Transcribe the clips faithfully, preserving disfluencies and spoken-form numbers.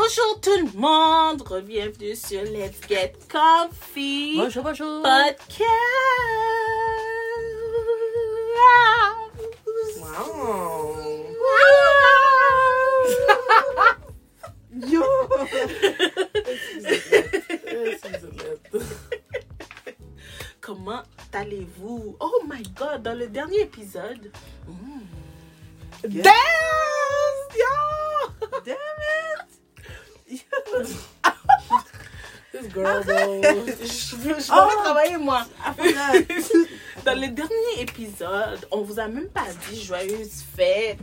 Bonjour tout le monde, bienvenue sur Let's Get Comfy. Bonjour, bonjour. Podcast. Wow. Yo. Comment allez-vous? Oh my god, dans le dernier épisode. Mm. Yeah. Damn! Yo! Damn it! This girl, bro. Je veux, je veux Oh. travailler moi. I Dans le dernier épisode, on vous a même pas dit joyeuse fête.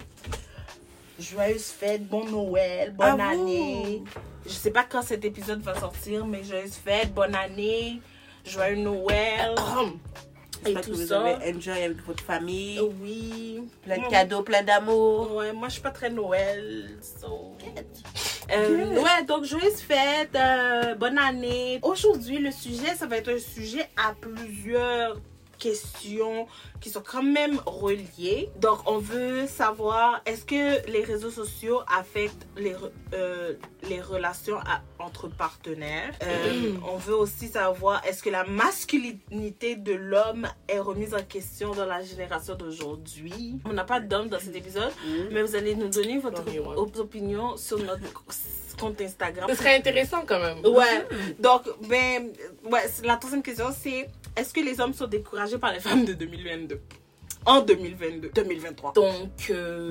Joyeuse fête, bon Noël, bonne Ah, année. Je sais pas quand cet épisode va sortir, mais joyeuse fête, bonne année, joyeux Noël. Et J'espère tout que vous ça. avez enjoy avec votre famille. Oui. Plein de Moi, cadeaux, plein d'amour. Ouais, moi je suis pas très Noël. So... Euh, ouais, donc joyeuse fête, euh, bonne année. Aujourd'hui, le sujet, ça va être un sujet à plusieurs questions qui sont quand même reliées. Donc, on veut savoir, est-ce que les réseaux sociaux affectent les, re- euh, les relations à- entre partenaires? Euh, on veut aussi savoir, est-ce que la masculinité de l'homme est remise en question dans la génération d'aujourd'hui? On n'a pas d'homme dans cet épisode, mais vous allez nous donner votre Ok, ouais. op- opinion sur notre compte Instagram. Ce serait intéressant quand même. Ouais, donc, ben, ouais, c'est- la troisième question, c'est est-ce que les hommes sont découragés par les femmes de deux mille vingt-deux? En deux mille vingt-deux, deux mille vingt-trois. Donc,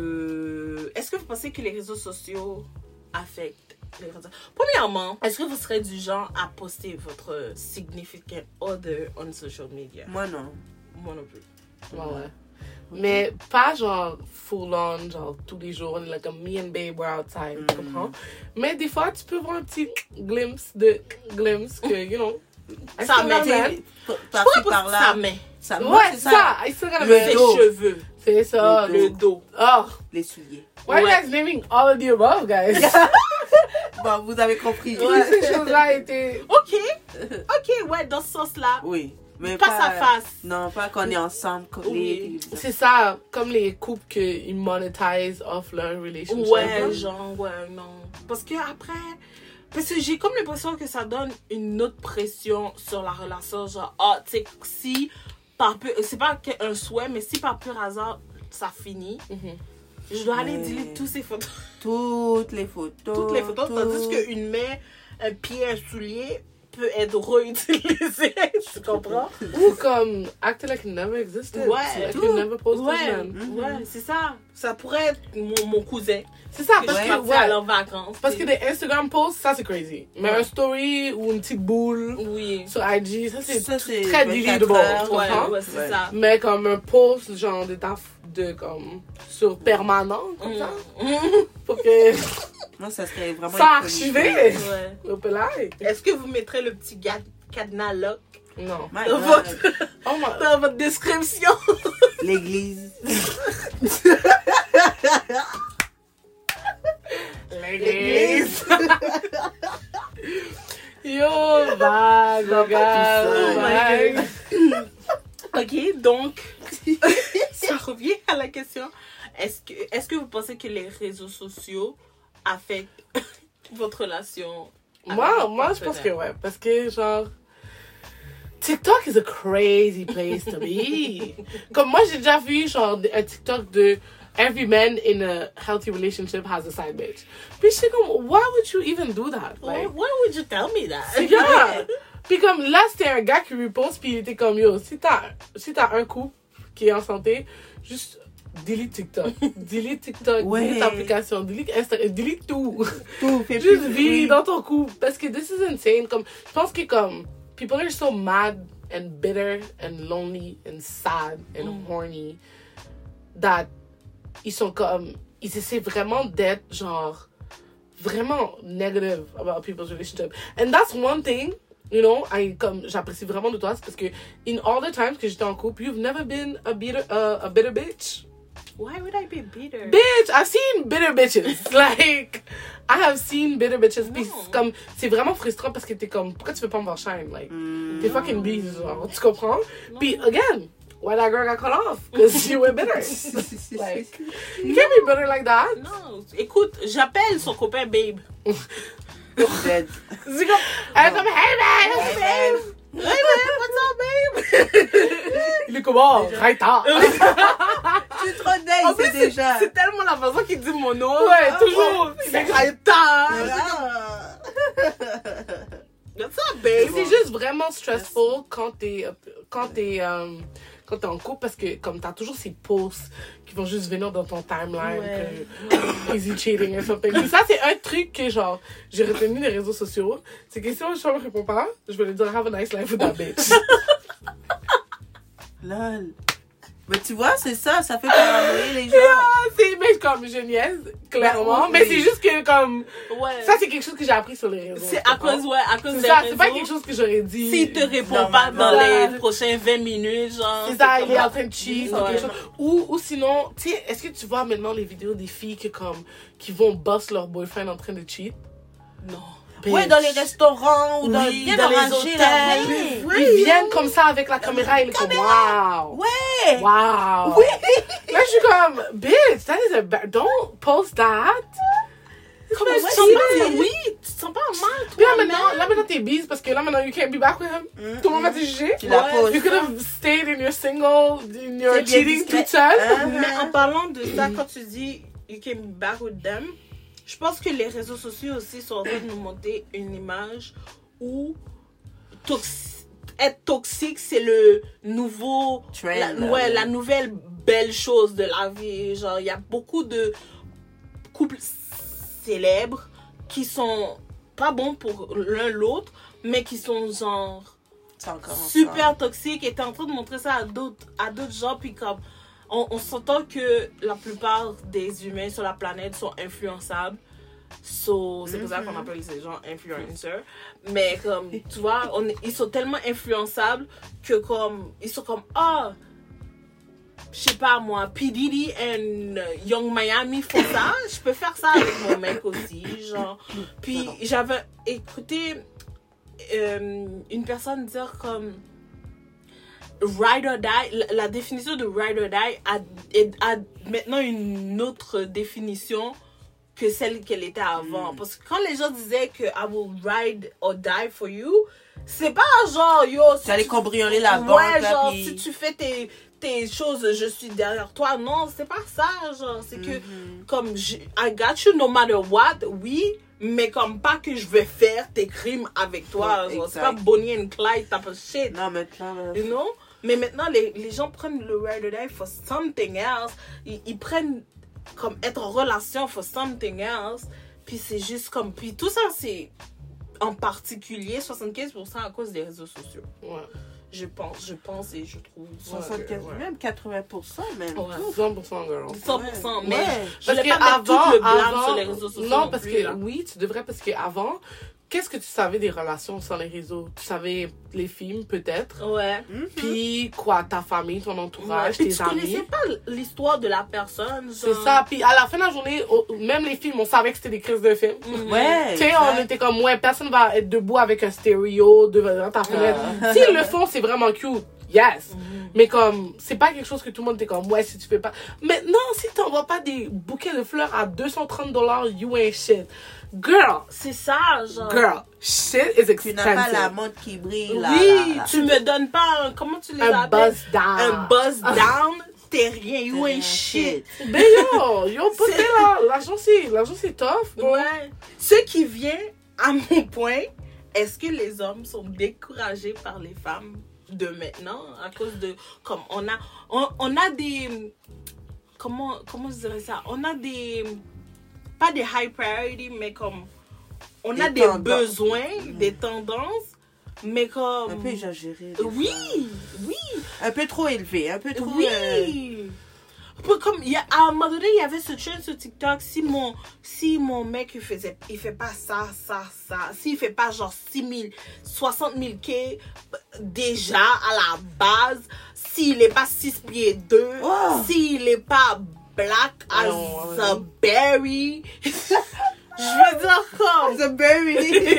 euh, est-ce que vous pensez que les réseaux sociaux affectent les réseaux? Premièrement, est-ce que vous serez du genre à poster votre significant other on social media? Moi, non. Moi non plus. Ouais, ouais. Mais pas genre full on, genre tous les jours, on est là comme me and babe, we're outside, tu comprends? Mais des fois, tu peux voir un petit glimpse de glimpse que, you know, I Ça still got a met- man. P- Je Par-ci, pourrais poster par-là. sa main, Ça, moi, Ouais, c'est ça, I still got a Le man. ses dos. cheveux, C'est ça. Le le dos. Oh, Les souliers. why are Ouais. you guys naming all of the above, guys? Bon, vous avez compris. Toutes ces choses-là étaient... Ok, ok, ouais, dans ce sens-là. Oui. Mais Pas sa face. Non, pas qu'on est ensemble. qu'on Oui. est- C'est ça, comme les couples qu'ils monétisent off leur relationship. Ouais, genre, ouais, non. Parce que après, parce que j'ai comme l'impression que ça donne une autre pression sur la relation. Genre, ah, tu sais, si par peu, c'est pas un souhait, mais si par pur hasard ça finit, Mhm. je dois aller Ouais. delete toutes ces photos. Toutes les photos. Toutes les photos, tandis tout. qu'une main, un pied, un soulier peut être réutilisé. Tu comprends? Ou comme acting like it never existed. Ouais, like tout. you never posted Ouais, them. Mhm. ouais, c'est ça. Ça pourrait être mon, mon cousin. C'est ça, Que parce je que, partais ouais, à leurs vacances. parce que des Instagram posts, ça c'est crazy. Mais Ouais. un story ou une petite boule Oui. sur I G, ça c'est Ça, c'est très vingt-quatre deletable. heures. tu Ouais, comprends? ouais, c'est Ouais. ça. Mais comme un post, genre de, ta- de comme, sur permanent, comme ça, Mm. pour que Moi, ça serait vraiment. ça iconique. archivé. Ouais. Au pelage. Est-ce que vous mettrez le petit ga- cadenas lock Non. My dans God. votre, Oh my... dans votre description? L'église. L'église. Yo, bad, Non, pas gars. tout ça. Oh my God. Ok, donc, ça revient à la question. Est-ce que, est-ce que vous pensez que les réseaux sociaux affectent votre relation? avec Moi, votre moi, je pense que partenaire? ouais. Parce que, genre, TikTok is a crazy place to be. Comme moi, j'ai déjà vu, genre, un TikTok de every man in a healthy relationship has a side bitch. Puis je suis comme, why would you even do that? Why, Like, why would you tell me that? yeah. Puis comme, là, c'était un gars qui reposte, puis il était comme, yo, si t'as, si t'as un couple qui est en santé, juste delete TikTok. Delete TikTok, Ouais. delete l'application, delete Instagram, delete tout. Tout. Fais Juste plus vis bruit. dans ton couple. Parce que this is insane. Comme, je pense que comme, people are so mad and bitter and lonely and sad and Mm. horny that ils sont comme, ils essaient vraiment d'être genre, vraiment negative about people's relationship. And that's one thing, you know, I, comme, j'apprécie vraiment de toi, c'est parce que in all the times que j'étais en couple, you've never been a bitter, uh, a bitter bitch. Why would I be bitter? Bitch, I've seen bitter bitches. Like, I have seen bitter bitches. Puis Non. c'est comme, c'est vraiment frustrant parce que t'es comme, pourquoi tu veux pas me voir shine? Like, Mm. t'es fucking busy, genre, tu comprends? Puis, again, why that girl got cut off? Because you were bitter. Like, you can't be bitter like that. Non, écoute, j'appelle son copain Babe. Dead. C'est comme, elle est comme, hey man, Hey, man. Hey man, what's up, babe? il est comme, oh, right tard. Je suis trop dingue, En plus, c'est déjà. C'est tellement la façon qu'il dit mon nom. Ouais, toujours. C'est Gaëtan. Ah. What's up, Et babe? c'est juste vraiment stressful quand t'es, quand t'es, euh, quand t'es en couple parce que comme t'as toujours ces posts qui vont juste venir dans ton timeline Ouais. que easy cheating et something. Puis ça c'est un truc que genre j'ai retenu des réseaux sociaux, c'est que si un chum me répond pas, je vais lui dire have a nice life with that bitch. Lol. Mais tu vois, c'est ça, ça fait paranoïer les gens. Ah, c'est mais comme je niaise clairement, Bah, oui. mais c'est juste que comme Ouais. ça c'est quelque chose que j'ai appris sur les réseaux. C'est tu à comprends? cause, ouais, à cause C'est des ça, réseaux. c'est pas quelque chose que j'aurais dit. S'il te répond Non, pas mais dans voilà. les prochains vingt minutes, genre. C'est ça, il comme- est en train de cheat ou Ouais. quelque chose. Ou, ou sinon, tu sais, est-ce que tu vois maintenant les vidéos des filles que, comme, qui vont boss leur boyfriend en train de cheat? Non. Ouais, dans les restaurants ou dans, Oui, bien dans les arrangés, là. hôtels. Oui. Oui. Ils viennent comme ça avec la caméra et ils sont comme, wow! Ouais. Wow! Oui. Là, je suis comme, bitch, that is a bad, don't post that! Comme Mais tu te ouais, sens c'est- pas, oui, tu te sens pas mal, Puis là toi. maintenant, là maintenant t'es bise parce que là maintenant you can't be back with him. Mm, Tout le monde va te juger. Tu la Ouais, poses. You could have stayed in your single, in your C'est bien cheating discret. toute seule. Hein? Mais en parlant de ça, quand tu dis you came back with them, je pense que les réseaux sociaux aussi sont en train de nous montrer une image où toxi- être toxique, c'est le nouveau, Trend, la, là. ouais, la nouvelle belle chose de la vie. Genre, il y a beaucoup de couples célèbres qui sont pas bons pour l'un l'autre, mais qui sont genre C'est encore super toxique et t'es en train de montrer ça à d'autres à d'autres gens puis comme on, on s'entend que la plupart des humains sur la planète sont influençables, so, c'est pour ça qu'on appelle ces gens influencers, mais comme tu vois on, est- ils sont tellement influençables que comme ils sont comme ah je sais pas moi, P. Diddy and Young Miami font ça, je peux faire ça avec mon mec aussi, genre. Puis j'avais écouté euh, une personne dire comme ride or die, la, la définition de ride or die a, a maintenant une autre définition que celle qu'elle était avant. Mm. Parce que quand les gens disaient que I will ride or die for you, c'est pas genre yo, si Tu allais cambrioler la banque, ouais, là, genre puis- si tu fais tes tes choses, je suis derrière toi. Non, c'est pas ça, genre, c'est que Mhm. comme je, I got you no matter what, oui, mais comme pas que je vais faire tes crimes avec toi. Ouais, genre, c'est exact. pas Bonnie and Clyde type of shit. Non, maintenant, là. You know? Mais maintenant, les, les gens prennent le ride or die for something else. Ils, ils prennent comme être en relation for something else. Puis c'est juste comme. Puis tout ça, c'est en particulier soixante-quinze pour cent à cause des réseaux sociaux. Ouais. Je pense, je pense et je trouve. soixante-quinze, ouais. même quatre-vingts pour cent, même. Ouais. cent pour cent girl. cent pour cent. Ouais. Mais Ouais. je Parce voulais que pas mettre tout avant, le blâme avant, sur les réseaux sociaux. non, non parce plus, que là. oui, tu devrais parce que avant, qu'est-ce que tu savais des relations sans les réseaux? Tu savais les films peut-être, Ouais. puis quoi, ta famille, ton Ouais. entourage, Puis tes tu amis. connaissais pas l'histoire de la personne. C'est genre. ça. Puis à la fin de la journée, au- même les films, on savait que c'était des crises de films. Mhm. Ouais. Tu sais, exact. on était comme, ouais, personne va être debout avec un stéréo devant ta fenêtre. Ah. S'ils le font, c'est vraiment cute. Yes. Mhm. Mais comme, c'est pas quelque chose que tout le monde est comme, ouais, si tu fais pas. Maintenant, si t'envoies pas des bouquets de fleurs à deux cent trente dollars, you ain't shit. Girl, C'est ça, genre. girl, shit is Tu expensive. n'as pas la montre qui brille, là. Oui, là, là. tu me donnes pas un. Comment tu les un appelles? buzz down. Un buzz down. T'es rien, you C'est ain't un shit. Ben yo, yo, C'est- peut là. L'argent, c'est, l'argent, c'est tough, bro. Ouais. Ce qui vient à mon point, est-ce que les hommes sont découragés par les femmes de maintenant à cause de comme on a on, on a des comment comment je dirais ça, on a des pas des high priority mais comme on Des a des tendances. besoins, des tendances, mais comme Un peu exagéré. des oui fois. oui Un peu trop élevé, un peu trop. oui. euh, Peu comme il y a, à un moment donné il y avait ce trend sur TikTok, si mon si mon mec il faisait il fait pas ça ça ça, s'il fait pas genre six mille soixante mille K déjà à la base, s'il est pas six pieds deux, Oh. s'il est pas black as Non, a ouais. berry, je veux dire comme The berry.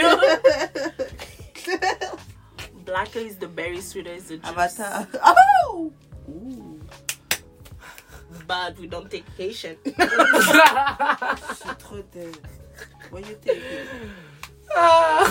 blacker is the berry, sweeter is the juice. Avatar. Oh! but we don't take patient. Je suis trop dead. What you take it? Ah.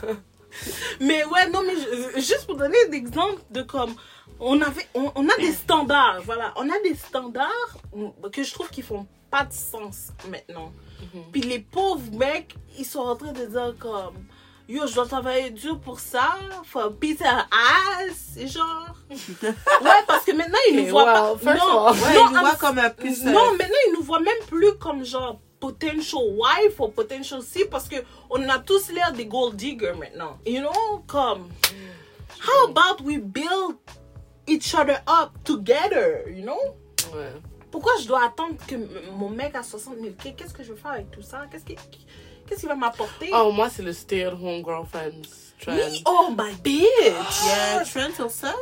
Mais ouais, non, mais je- juste pour donner des exemples de comme. On, avait, on, on a des standards, voilà. On a des standards que je trouve qui font pas de sens maintenant. Mhm. Puis les pauvres mecs, ils sont en train de dire comme. Yo, je dois travailler dur pour ça. For beat her ass. Et genre. Ouais, parce que maintenant, ils Okay, nous voient well, pas. first Non, of all, Ouais, non, il nous voit I'm- comme un plus. non, maintenant, ils nous voient même plus comme genre potential wife ou potential si parce que on a tous l'air des gold diggers maintenant. You know, comme. How about we build each other up together, you know? Ouais. Pourquoi je dois attendre que m- mon mec a soixante mille K? Qu'est-ce que je vais faire avec tout ça? Qu'est-ce qui, qu'est-ce qui va m'apporter? Oh, moi, c'est le stay-at-home girlfriends trend. Oui, oh my bitch! Il y a un trend sur ça?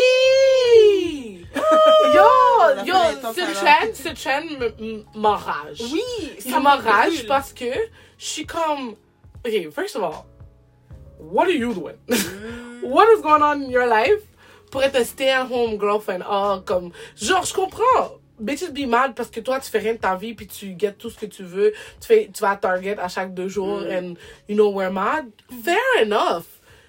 Oui! Yo, La yo, fenêtre en ce salon. trend, ce trend me- m- m'enrage. Oui! Il m'enrage parce que je suis comme... Okay, first of all, what are you doing? What is going on in your life pour être un stay-at-home girlfriend? Oh, comme... Genre, je comprends. Bitches be mad parce que toi, tu fais rien de ta vie puis tu get tout ce que tu veux. Tu, fais, tu vas à Target à chaque deux jours and, you know, we're mad. Fair enough.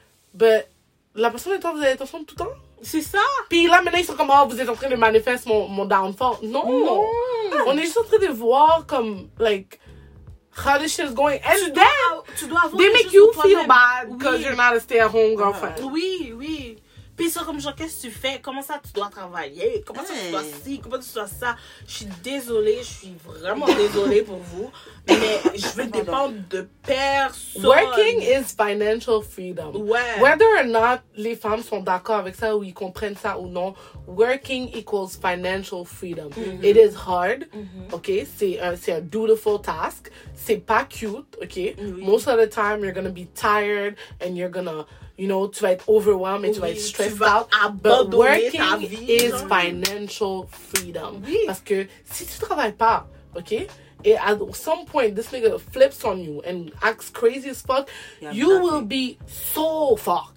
But la personne et toi, vous allez être ensemble tout le temps? C'est ça! Puis là, maintenant, ils sont comme, oh, vous êtes en train de manifester mon, mon downfall. Non! Non. On est juste en train de voir comme, like, how this shit is going. And Tu then, dois, tu dois avoir they quelque make chose you pour feel toi-même. bad because Oui. you're not a stay-at-home girlfriend. Oui, oui. Puis ça, comme genre, qu'est-ce que tu fais? Comment ça, tu dois travailler? Comment ça, tu dois Hey. ci? Comment tu dois ça? Je suis désolée, je suis vraiment désolée pour vous. Mais je veux dépendre de personne. Working is financial freedom. Ouais. Whether or not les femmes sont d'accord avec ça ou ils comprennent ça ou non, working equals financial freedom. It is hard, ok? C'est un, c'est un dutiful task. C'est pas cute, ok? Most of the time, you're gonna be tired and you're gonna, you know, tu vas être overwhelmed et tu vas Oui, être tu stressed vas out. But abandonner ta working vie, is genre. financial freedom. Oui. Parce que si tu travailles pas, ok? Et at some point, this nigga flips on you and acts crazy as fuck, Yeah, you exactly. will be so fucked.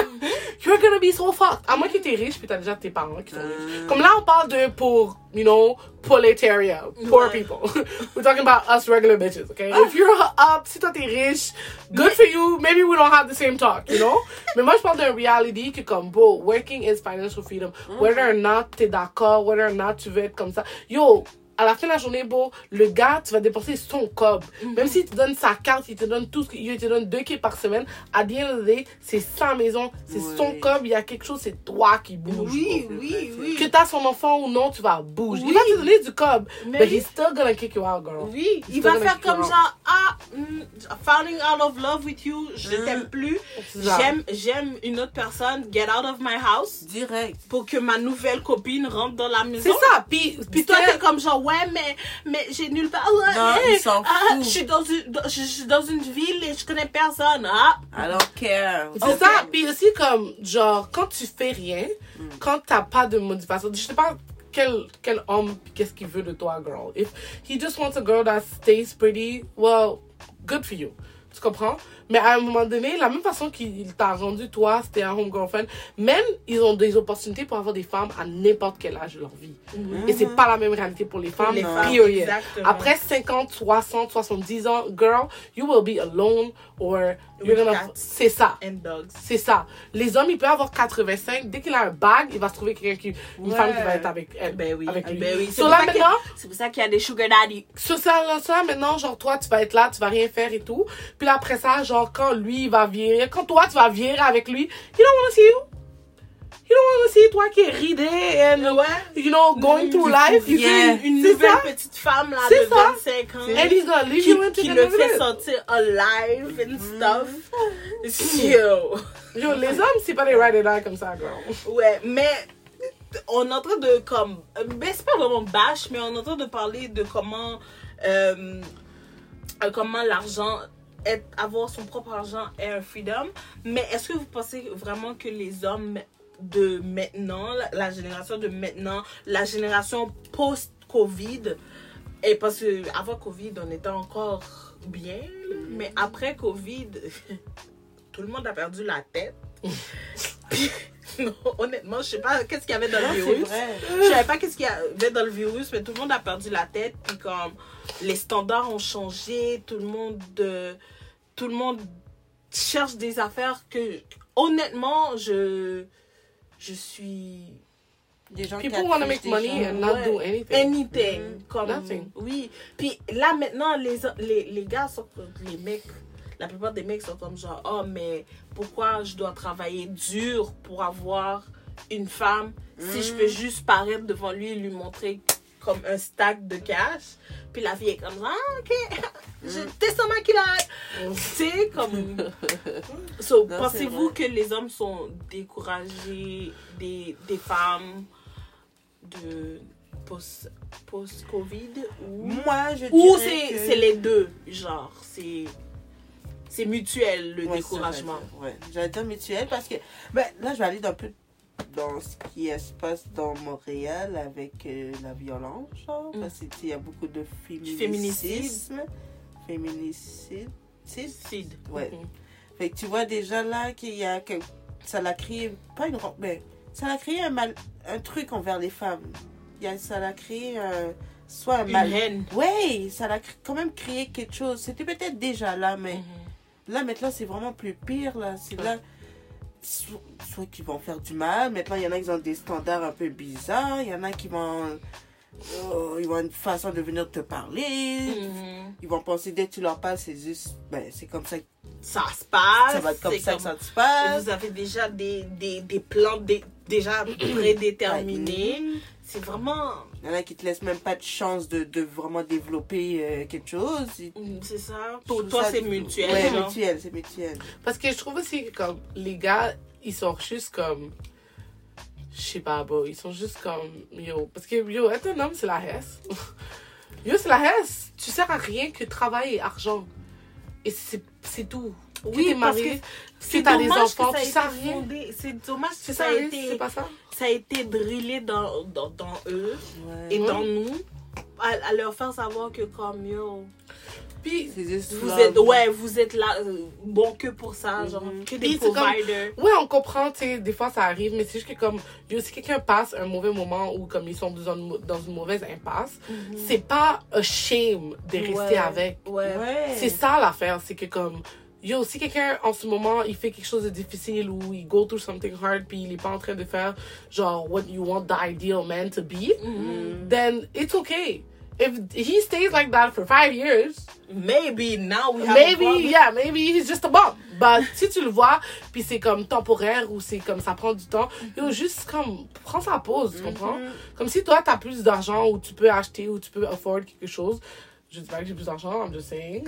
You're gonna be so fucked. À moins que t'es riche puis t'as déjà tes parents qui sont riches. Comme là, on parle de pour, you know, proletariat, poor Ouais. people. We're talking about us regular bitches, okay? If you're up, si toi t'es riche, good for you. Maybe we don't have the same talk, you know? Mais moi, je parle d'un reality que comme, bro, working is financial freedom. Whether or not t'es d'accord, whether or not tu veux être comme ça. Yo, à la fin de la journée, bro, le gars, tu vas dépenser son cob. Même s'il te donne sa carte, il te donne tout ce qu'il te donne deux K par semaine, à the end of the day, c'est sa maison, c'est Ouais. son cob, il y a quelque chose, c'est toi qui bouge. Oui, bro. oui, oui. Que t'as son enfant ou non, tu vas bouger. Oui. Il va te donner du cob, Mais but oui. he's still gonna kick you out, girl. Oui, He's il still va gonna faire kick you comme out. genre, ah, mm, falling out of love with you, je Mm. t'aime plus, C'est ça. j'aime, j'aime une autre personne, get out of my house, Direct. pour que ma nouvelle copine rentre dans la maison. C'est ça, puis, Puis toi, t'es comme genre, ouais, mais, mais j'ai nulle part. Ouais, Non, mais, ils s'en ah, foutent. je suis dans une, dans- je suis dans une ville et je connais personne. Ah, I don't care. c'est Ok. ça, puis aussi comme, genre, quand tu fais rien, quand t'as pas de motivation, je sais pas quel, quel homme, pis qu'est-ce qu'il veut de toi, girl. If he just wants a girl that stays pretty, well, good for you. Tu comprends? Mais à un moment donné, la même façon qu'il t'a rendu, toi, c'était un home girlfriend, même, ils ont des opportunités pour avoir des femmes à n'importe quel âge de leur vie. Et c'est pas la même réalité pour les femmes, les femmes, period. exactement. Après cinquante, soixante, soixante-dix ans, girl, you will be alone or you're With gonna... cats. C'est ça. and dogs. C'est ça. Les hommes, il peut avoir quatre-vingt-cinq. Dès qu'il a un bag, il va se trouver quelqu'un qui, une Ouais. femme qui va être avec elle. Ben oui, avec lui. ben oui. C'est So pour là, ça qu'il y a- maintenant, c'est pour ça qu'il y a des sugar daddy. sur ça, là, ça, maintenant, genre, toi, tu vas être là, tu vas rien faire et tout. Puis là, après ça, genre, quand lui, il va virer, quand toi, tu vas virer avec lui, he don't wanna see you. He don't wanna see toi qui est ridé and, Ouais. you know, going through life. Il Yeah. veut une, une C'est nouvelle ça. petite femme là C'est de ça. vingt-cinq ans. And he's gonna leave qui, you into qui the le middle fait of it. sentir alive and stuff. Yo. Yo, les hommes, c'est pas des ride or die comme ça, girl. Ouais, mais on est en train de comme, ben c'est pas vraiment bash, mais on est en train de parler de comment, euh, euh, comment l'argent, être, avoir son propre argent est un freedom. Mais est-ce que vous pensez vraiment que les hommes de maintenant, la, la génération de maintenant, la génération post-Covid, et parce que avant Covid, on était encore bien, mais après Covid, tout le monde a perdu la tête. Puis, Non, honnêtement, je sais pas qu'est-ce qu'il y avait dans Non, le c'est virus. vrai. Je savais pas qu'est-ce qu'il y avait dans le virus, mais tout le monde a perdu la tête. Puis comme les standards ont changé, tout le monde, euh, tout le monde cherche des affaires que, honnêtement, je, je suis Des gens People qui want to affichent make des money gens. and not Ouais. do anything. anything. Mhm. Comme, Nothing. oui. Puis là, maintenant, les, les, les gars sont, les mecs, la plupart des mecs sont comme genre, oh, mais pourquoi je dois travailler dur pour avoir une femme si je peux juste paraître devant lui et lui montrer comme un stack de cash? Puis la fille est comme, ah, ok, je t'es ma culotte. Tu sais, comme. So, Non, pensez-vous c'est que les hommes sont découragés des, des femmes de post- post-Covid ou, Moi, je ou dirais c'est que- c'est les deux, genre, c'est c'est mutuel le Ouais, découragement. c'est vrai, ouais. J'allais dire mutuel parce que ben, là, je vais aller un peu dans ce qui se passe dans Montréal avec euh, la violence, genre, Mm. parce qu'il y a beaucoup de Féminicide. féminicisme. Féminicide. C'est- Sid. Ouais. Mhm. Fait que tu vois déjà là qu'il y a que ça l'a créé, pas une ren- mais ça l'a créé un mal, un truc envers les femmes. Il y a, ça l'a créé un, soit un Une mal. haine. Ouais, ça l'a cr- quand même créé quelque chose. C'était peut-être déjà là, mais Mhm. là maintenant c'est vraiment plus pire là. C'est là, so- soit qu'ils vont faire du mal. Maintenant il y en a qui ont des standards un peu bizarres. Il y en a qui vont, oh, ils ont une façon de venir te parler. Mhm. Ils vont penser dès que tu leur parles, c'est juste, ben c'est comme ça, que- Ça se passe. ça va être comme c'est ça que comme- ça se passe. Vous avez déjà des, des, des plans dé- déjà prédéterminés. Mhm. C'est vraiment. Il y en a qui te laissent même pas de chance de, de vraiment développer euh, quelque chose. Ils- Mm, C'est ça. je Pour trouve toi, ça- c'est mutuel. Ouais, genre. mutuel, c'est mutuel. Parce que je trouve aussi que comme les gars, ils sont juste comme. Je sais pas, bro. Ils sont juste comme. Yo. Parce que yo, être un homme, c'est la hesse. Yo, c'est la hesse. Tu sers à rien que travail et argent. Et c'est c'est tout. Que Oui, t'es parce marié, que si t'as des dommage enfants, que ça tu a sers à été rien. fondé- C'est dommage que C'est ça, ça, a Alice, été, c'est pas ça? ça a été drillé dans, dans, dans eux Ouais. et Ouais. dans nous à, à leur faire savoir que comme yo, Puis, C'est juste vous love. êtes, ouais, vous êtes là, euh, bon que pour ça, genre, Mhm. que Puis des c'est comme- providers. ouais, on comprend, tu sais, des fois ça arrive, mais c'est juste que comme, yo, si quelqu'un passe un mauvais moment ou comme ils sont dans une, dans une mauvaise impasse, c'est pas a shame de rester Ouais, avec. Ouais. Ouais. C'est ça l'affaire, c'est que comme, yo, si quelqu'un en ce moment il fait quelque chose de difficile ou il go through something hard puis il est pas en train de faire genre what you want the ideal man to be, Mhm. then it's okay. If he stays like that for five years, Maybe now we have a maybe, problem. yeah, maybe he's just a bum. But si tu le vois, puis c'est comme temporaire ou c'est comme ça prend du temps, yo, juste comme, prends sa pause, tu comprends? Comme si toi, t'as plus d'argent ou tu peux acheter ou tu peux afford quelque chose. Je dis pas que j'ai plus d'argent, I'm just saying.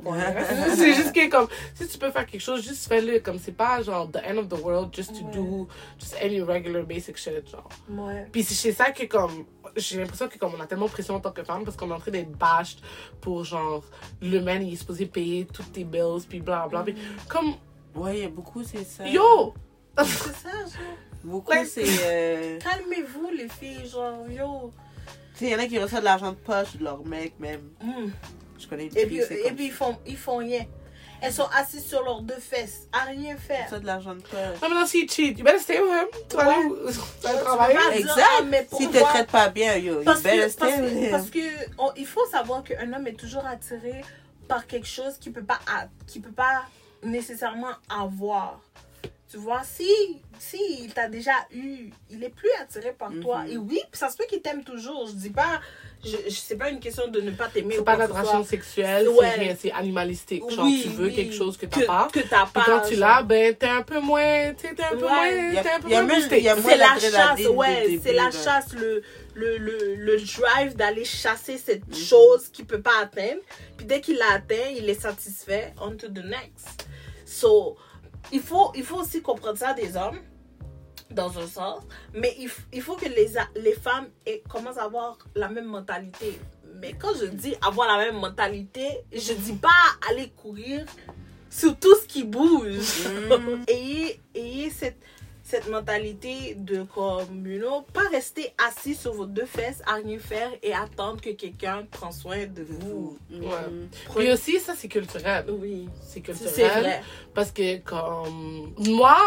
C'est juste que comme, si tu peux faire quelque chose, juste fais-le. Comme c'est pas genre the end of the world just to Ouais. do just any regular basic shit, genre. Ouais. Puis c'est ça que comme j'ai l'impression que comme on a tellement de pression en tant que femme parce qu'on est en train d'être bashed pour genre le man il est supposé payer toutes tes bills puis bla bla. Puis comme Ouais, il y a beaucoup, c'est ça. yo, C'est ça, genre. Beaucoup, Ouais. c'est. euh, Calmez-vous, les filles, genre, yo. Tu sais, il y en a qui reçoivent de l'argent de poche de leur mec, même. Mm. Je connais une Et fille, puis, c'est et comme puis ils, font, ils font rien. Elles sont assises sur leurs deux fesses, à rien ça. faire. Ça, de l'argent de poche. non mais non, si cheat, you better stay with him. Tu vas aller où? Tu vas aller Tu travailler. peux pas dire, Exact. ah, mais Si te pourquoi? traite pas bien, yo, you Parce better que, parce stay with que, him. parce que on- il faut savoir qu'un homme est toujours attiré par quelque chose qu'il peut pas, a- qu'il peut pas nécessairement avoir. Tu vois, si, si il t'a déjà eu, il est plus attiré par toi. Mhm. Et oui, ça se peut qu'il t'aime toujours. Je dis pas, je, je c'est pas une question de ne pas t'aimer. C'est ou pas quoi que ce l'attraction soit. sexuelle, Ouais. c'est rien, c'est animalistique. Genre Oui, tu veux oui. quelque chose que t'as que, pas. que t'as Puis pas. quand tu genre. l'as, ben t'es un peu moins, tu sais, t'es un peu Ouais. moins, Il y a- t'es un peu il y a moins même- boosté. il y a moins C'est la l'adrénaline chasse, du ouais, début, c'est la là. chasse, le, le, le, le drive d'aller chasser cette Mhm. chose qu'il peut pas atteindre. Puis dès qu'il l'a atteint, il est satisfait, on to the next. So, il faut, il faut aussi comprendre ça des hommes, dans un sens, mais il, f- il faut que les, a- les femmes aient- commencent à avoir la même mentalité. Mais quand je dis avoir la même mentalité, je dis pas aller courir sur tout ce qui bouge. Mhm. ayez, ayez cette, cette mentalité de comme, you know, pas rester assis sur vos deux fesses à rien faire et attendre que quelqu'un prend soin de vous. Mhm. Ouais. Prenez- Puis aussi, ça c'est culturel. Oui, C'est c'est culturel. c'est vrai. Parce que comme moi,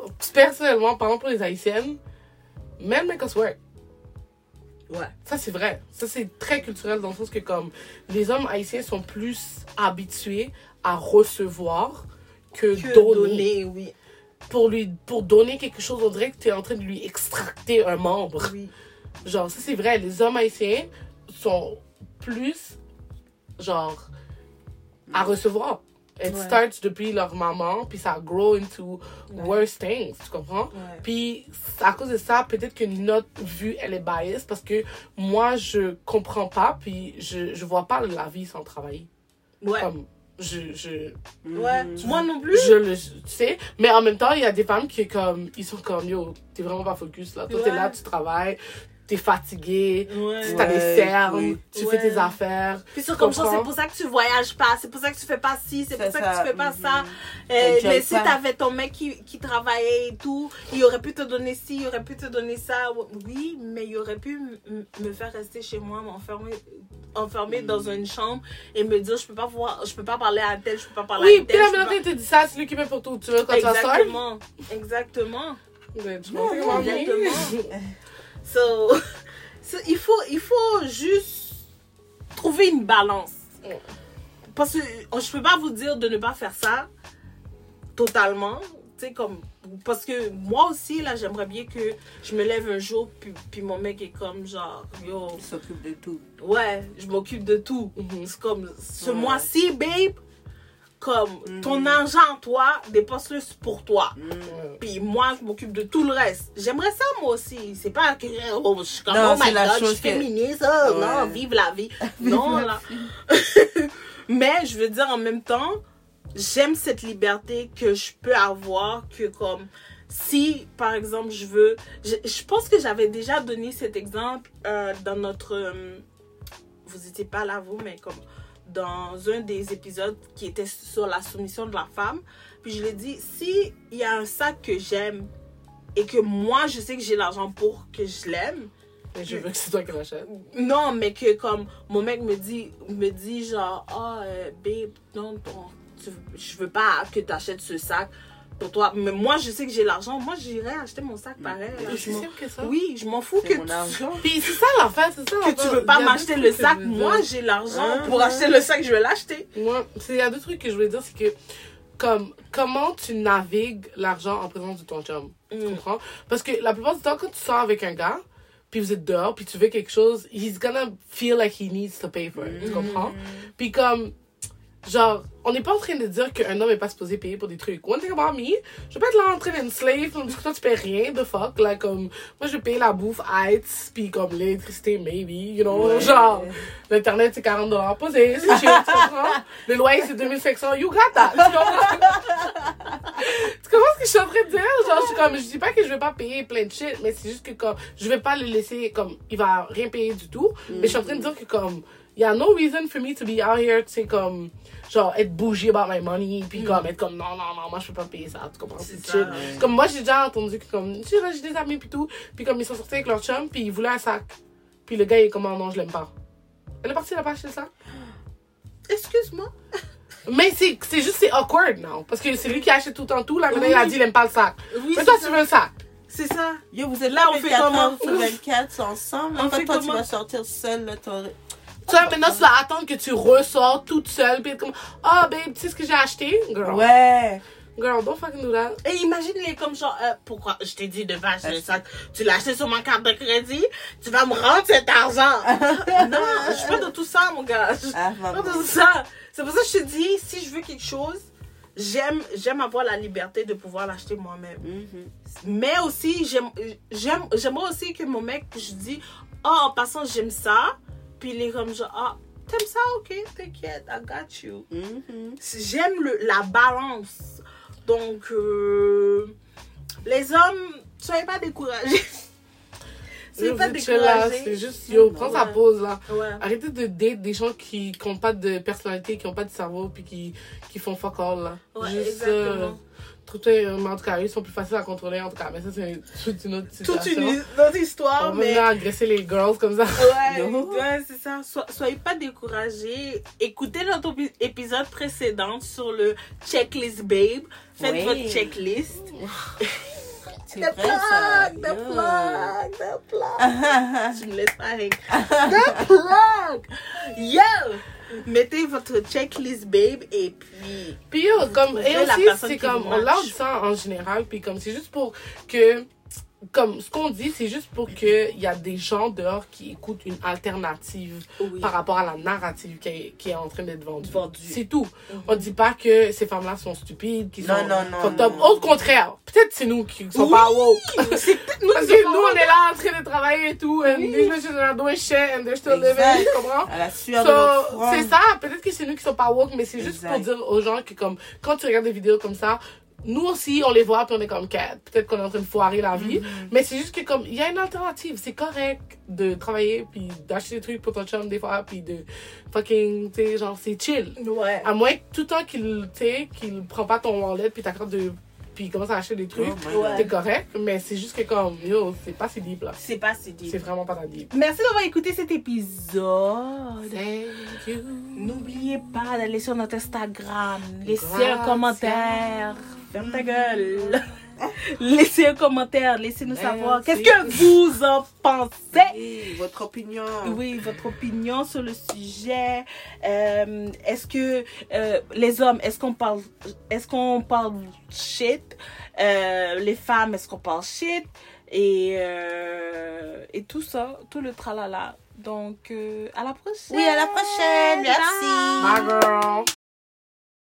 personnellement, parlant pour les Haïtiennes, men make us work. Ouais. Ça, c'est vrai. Ça, c'est très culturel dans le sens que, comme, les hommes haïtiens sont plus habitués à recevoir que, Que donner. donner, oui. Pour, lui, pour donner quelque chose, on dirait que tu es en train de lui extracter un membre. Oui. Genre, ça, c'est vrai. Les hommes haïtiens sont plus, genre, à recevoir. It Ouais. starts depuis leur maman, puis ça grow into Ouais. worse things, tu comprends? Ouais. Puis, à cause de ça, peut-être que notre vue, elle est biased, parce que moi, je comprends pas, puis je, je vois pas la vie sans travailler. Ouais. Comme, je, je, Ouais. Mhm. Moi non plus. je le tu sais, mais en même temps, il y a des femmes qui, comme, ils sont comme, yo, t'es vraiment pas focus, là. Toi, t'es Ouais. là, tu travailles, t'es fatigué, Ouais. t'as des Ouais, cernes, oui. tu Ouais. fais tes affaires. Puis c'est comme ça, comprends? c'est pour ça que tu voyages pas, c'est pour ça que tu fais pas ci, c'est pour C'est ça, que ça, tu fais pas mhm. ça. Euh, Enjoy mais si pas. t'avais ton mec qui, qui travaillait et tout, il aurait pu te donner ci, il aurait pu te donner ça. Oui, mais il aurait pu m- me faire rester chez moi, m'enfermer enfermé dans une chambre et me dire je peux pas voir, je peux pas parler à tel, je peux pas parler Oui, à puis tel. là, je peux maintenant, il te dit ça, c'est lui qui met pour tout. Tu veux quand tu vas sortir? Exactement, exactement. Ben, tu Non, m'en fais, non, mamie. exactement. So, so, il faut, il faut juste trouver une balance. Parce que je peux pas vous dire de ne pas faire ça totalement. Tu sais, comme. Parce que moi aussi, là, j'aimerais bien que je me lève un jour, puis, puis mon mec est comme genre, yo, Il s'occupe de tout. ouais, je m'occupe de tout. Mhm. C'est comme, ce Ouais. mois-ci, babe, comme Mhm. ton argent, toi, dépense-le pour toi. Mhm. Puis moi, je m'occupe de tout le reste. J'aimerais ça, moi aussi. C'est pas que oh, je suis comme, Non, oh my c'est la god, je chose suis que- féministe. Oh, Ouais. non, vive la vie. Non, là. Mais je veux dire, en même temps, j'aime cette liberté que je peux avoir, que comme, si, par exemple, je veux... Je, je pense que j'avais déjà donné cet exemple euh, dans notre... euh, vous n'étiez pas là, vous, mais comme dans un des épisodes qui était sur la soumission de la femme. Puis je l'ai dit, si il y a un sac que j'aime et que moi, je sais que j'ai l'argent pour que je l'aime, Mais je veux que c'est toi qui l'achètes. non, mais que comme mon mec me dit, me dit genre, ah, euh, babe, non, ton, tu, je veux pas que tu achètes ce sac pour toi. Mais moi, je sais que j'ai l'argent. Moi, j'irai acheter mon sac pareil. là. Je Je suis m'en- sûre que ça. Oui, je m'en fous que C'est mon tu, argent. Puis c'est ça l'affaire, c'est ça que l'affaire. tu veux pas Il y a deux m'acheter trucs le que je sac. veux dire. Moi, j'ai l'argent Hein? pour acheter le sac, je vais l'acheter. Moi, c'est- il y a deux trucs que je voulais dire, c'est que comme comment tu navigues l'argent en présence de ton chum. Tu Mm. comprends? Parce que la plupart du temps, quand tu sors avec un gars, puis vous êtes dehors, puis tu veux quelque chose, he's gonna feel like he needs to pay for it. Tu comprends? Puis comme, genre, on n'est pas en train de dire qu'un homme est pas supposé payer pour des trucs. One thing about me, je vais pas être là en train d'enslave, on dit que toi tu payes rien de fuck, là, comme, moi je vais payer la bouffe, heights, puis comme l'électricité, maybe, you know, Ouais. genre, l'internet c'est quarante dollars posé, c'est chill, tu comprends? Le loyer c'est deux mille cinq cents, you got that, tu comprends? Tu comprends ce que je suis en train de dire? Genre, je suis comme, je dis pas que je vais pas payer plein de shit, mais c'est juste que comme, je vais pas le laisser, comme, il va rien payer du tout, mais je suis en train de dire que comme, y a no reason for me to be out here, tu sais, comme, genre, être bougie about my money, puis comme, être comme, non, non, non, moi, je peux pas payer ça, tu comprends? C'est C'est ça, chill. ouais. Comme, moi, j'ai déjà entendu que, comme, tu sais, j'ai des amis, puis tout, puis comme, ils sont sortis avec leur chum, puis ils voulaient un sac. Puis le gars, il est comme, oh, non, je l'aime pas. Elle est partie, elle a pas acheté le sac. Excuse-moi. Mais c'est c'est juste, c'est awkward, non? Parce que c'est lui qui achète tout le temps tout, là, maintenant, il a dit, il aime pas le sac. Oui, Mais toi, c'est tu ça. veux un sac. C'est ça. Yo, vous êtes Là, là, on fait vingt-quatre comment? heures sur vingt-quatre ensemble. On En fait, fait toi, tu comment? vas sortir seule, là, t'aurais- Toi, maintenant, tu vas attendre que tu ressors toute seule, puis être comme, ah, oh, babe, tu sais ce que j'ai acheté? Girl. Ouais. Girl, don't fucking do that. Et imagine-les comme genre, euh, pourquoi je t'ai dit de pas acheter le sac, tu l'as acheté sur ma carte de crédit, tu vas me rendre cet argent. Non, je suis pas dans tout ça, mon gars. Je suis Ah, pas maman. dans tout ça. C'est pour ça que je te dis, si je veux quelque chose, j'aime, j'aime avoir la liberté de pouvoir l'acheter moi-même. Mhm. Mais aussi, j'aime, j'aime, j'aimerais aussi que mon mec, je dis, oh, en passant, j'aime ça. Puis il est comme genre, ah, t'aimes ça? Ok, t'inquiète, I got you. Mhm. J'aime le, la balance. Donc, euh, les hommes, soyez pas découragés. soyez Yo, pas vous êtes chill, là, découragés. c'est juste, yo, prends sa Ouais. pause, là. Ouais. Arrêtez de date des gens qui n'ont pas de personnalité, qui n'ont pas de cerveau, puis qui, qui font fuck all, là. Ouais, Juste, exactement. euh, trouver, euh, mais en tout cas, ils sont plus faciles à contrôler, en tout cas, mais ça, c'est toute une autre Toute situation. une autre histoire, On va mais... venir agresser les girls comme ça. Ouais, Non. ouais, c'est ça. So- soyez pas découragés. Écoutez notre épi- épisode précédent sur le checklist babe. Faites Oui. votre checklist. C'est The vrai, ça. plug, the Yo. plug, the plug. Tu me laisses pas avec. The plug. Yo! Mettez votre checklist, babe, et puis... Puis yo, comme, et trouvez la aussi, personne c'est qui comme, vous on match. lance ça en général, puis comme, c'est juste pour que, comme, ce qu'on dit, c'est juste pour que il y a des gens dehors qui écoutent une alternative Oui. par rapport à la narrative qui est, qui est en train d'être vendue. Vendue. C'est tout. On dit pas que ces femmes-là sont stupides, qu'ils Non, sont, non, non, sont top. non. Au contraire, peut-être c'est nous qui sont Oui. pas woke. C'est peut-être nous Parce qui que sommes nous, on pas est là en train de travailler et tout, and Oui. these bitches are doing shit and they're still Exact. living, tu comprends? À la sueur de So, notre front. c'est ça, peut-être que c'est nous qui sont pas woke, mais c'est juste Exact. pour dire aux gens que comme, quand tu regardes des vidéos comme ça, nous aussi, on les voit, puis on est comme, cat, peut-être qu'on est en train de foirer la vie, Mm-hmm. mais c'est juste que comme, il y a une alternative, c'est correct de travailler, puis d'acheter des trucs pour ton chum des fois, puis de fucking, tu sais, genre, c'est chill. Ouais. À moins que tout le temps qu'il, tu sais, qu'il prend pas ton wallet, puis t'as de, puis il commence à acheter des trucs, Oh my Ouais. God. t'es correct, mais c'est juste que comme, yo, c'est pas si deep, là. C'est pas si deep. C'est vraiment pas ta deep. Merci d'avoir écouté cet épisode. Thank you. N'oubliez pas d'aller sur notre Instagram. Laissez un Gracias. commentaire. Ferme ta gueule. Laissez un commentaire. Laissez-nous Merci. savoir qu'est-ce que vous en pensez. Oui, votre opinion. Oui, votre opinion sur le sujet. Euh, est-ce que euh, les hommes, est-ce qu'on parle, est-ce qu'on parle shit? Euh, les femmes, est-ce qu'on parle shit? Et euh, et tout ça, tout le tralala. Donc euh, à la prochaine. Oui, à la prochaine. Merci. Bye. My girl.